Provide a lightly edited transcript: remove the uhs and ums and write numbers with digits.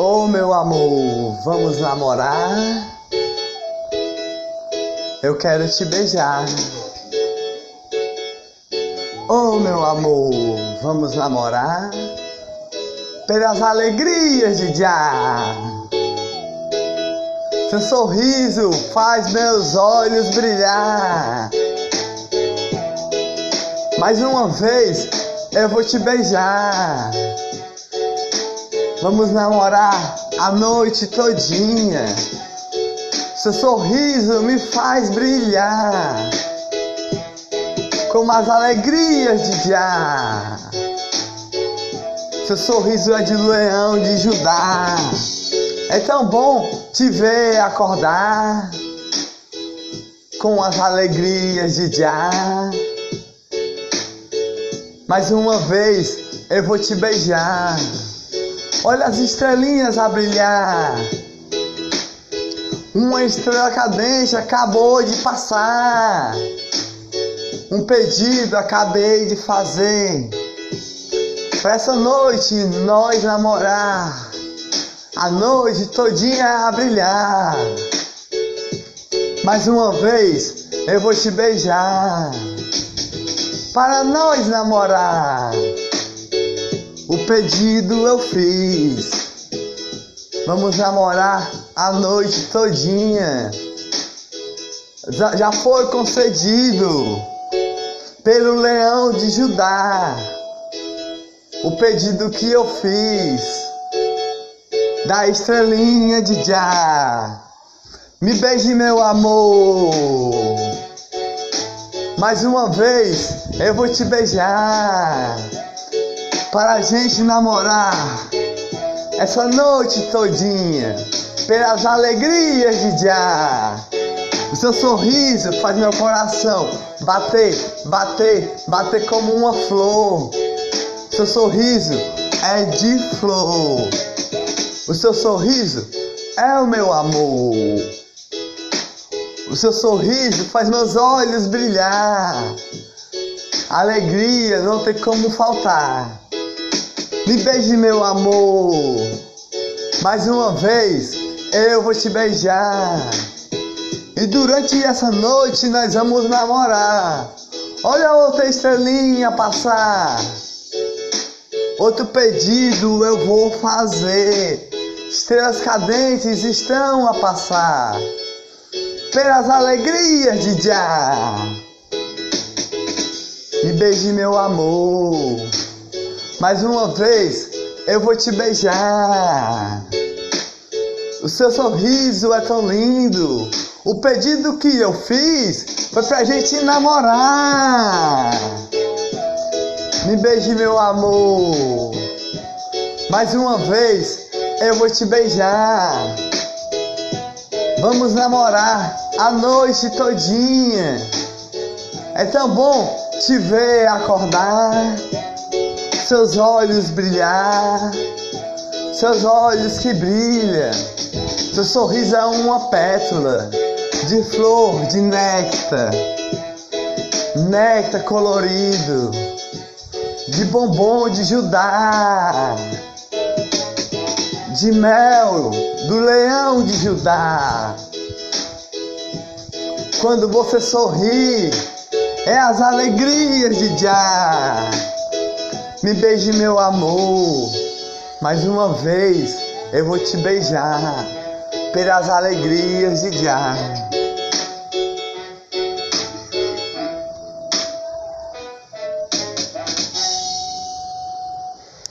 Oh, meu amor, vamos namorar? Eu quero te beijar. Oh, meu amor, vamos namorar? Pelas alegrias de já. Seu sorriso faz meus olhos brilhar. Mais uma vez eu vou te beijar. Vamos namorar a noite todinha. Seu sorriso me faz brilhar como as alegrias de já. Seu sorriso é de leão de Judá. É tão bom te ver acordar com as alegrias de já. Mais uma vez eu vou te beijar. Olha as estrelinhas a brilhar. Uma estrela cadente acabou de passar. Um pedido acabei de fazer. Pra essa noite nós namorar. A noite todinha a brilhar. Mais uma vez eu vou te beijar. Para nós namorar. O pedido eu fiz. Vamos namorar a noite todinha. Já foi concedido pelo leão de Judá. O pedido que eu fiz da estrelinha de já. Me beije, meu amor. Mais uma vez eu vou te beijar. Para a gente namorar essa noite todinha, pelas alegrias de já. O seu sorriso faz meu coração bater, bater, bater como uma flor. Seu sorriso é de flor. O seu sorriso é o meu amor. O seu sorriso faz meus olhos brilhar. Alegria não tem como faltar. Me beije, meu amor. Mais uma vez eu vou te beijar. E durante essa noite nós vamos namorar. Olha outra estrelinha passar. Outro pedido eu vou fazer. Estrelas cadentes estão a passar pelas alegrias de já. Me beije, meu amor. Mais uma vez eu vou te beijar. O seu sorriso é tão lindo. O pedido que eu fiz foi pra gente namorar. Me beije, meu amor. Mais uma vez eu vou te beijar. Vamos namorar a noite todinha. É tão bom te ver acordar. Seus olhos brilhar. Seus olhos que brilham. Seu sorriso é uma pétala de flor de néctar. Néctar colorido de bombom de Judá. De mel do leão de Judá. Quando você sorri, é as alegrias de já. Me beije, meu amor. Mais uma vez eu vou te beijar pelas alegrias de já.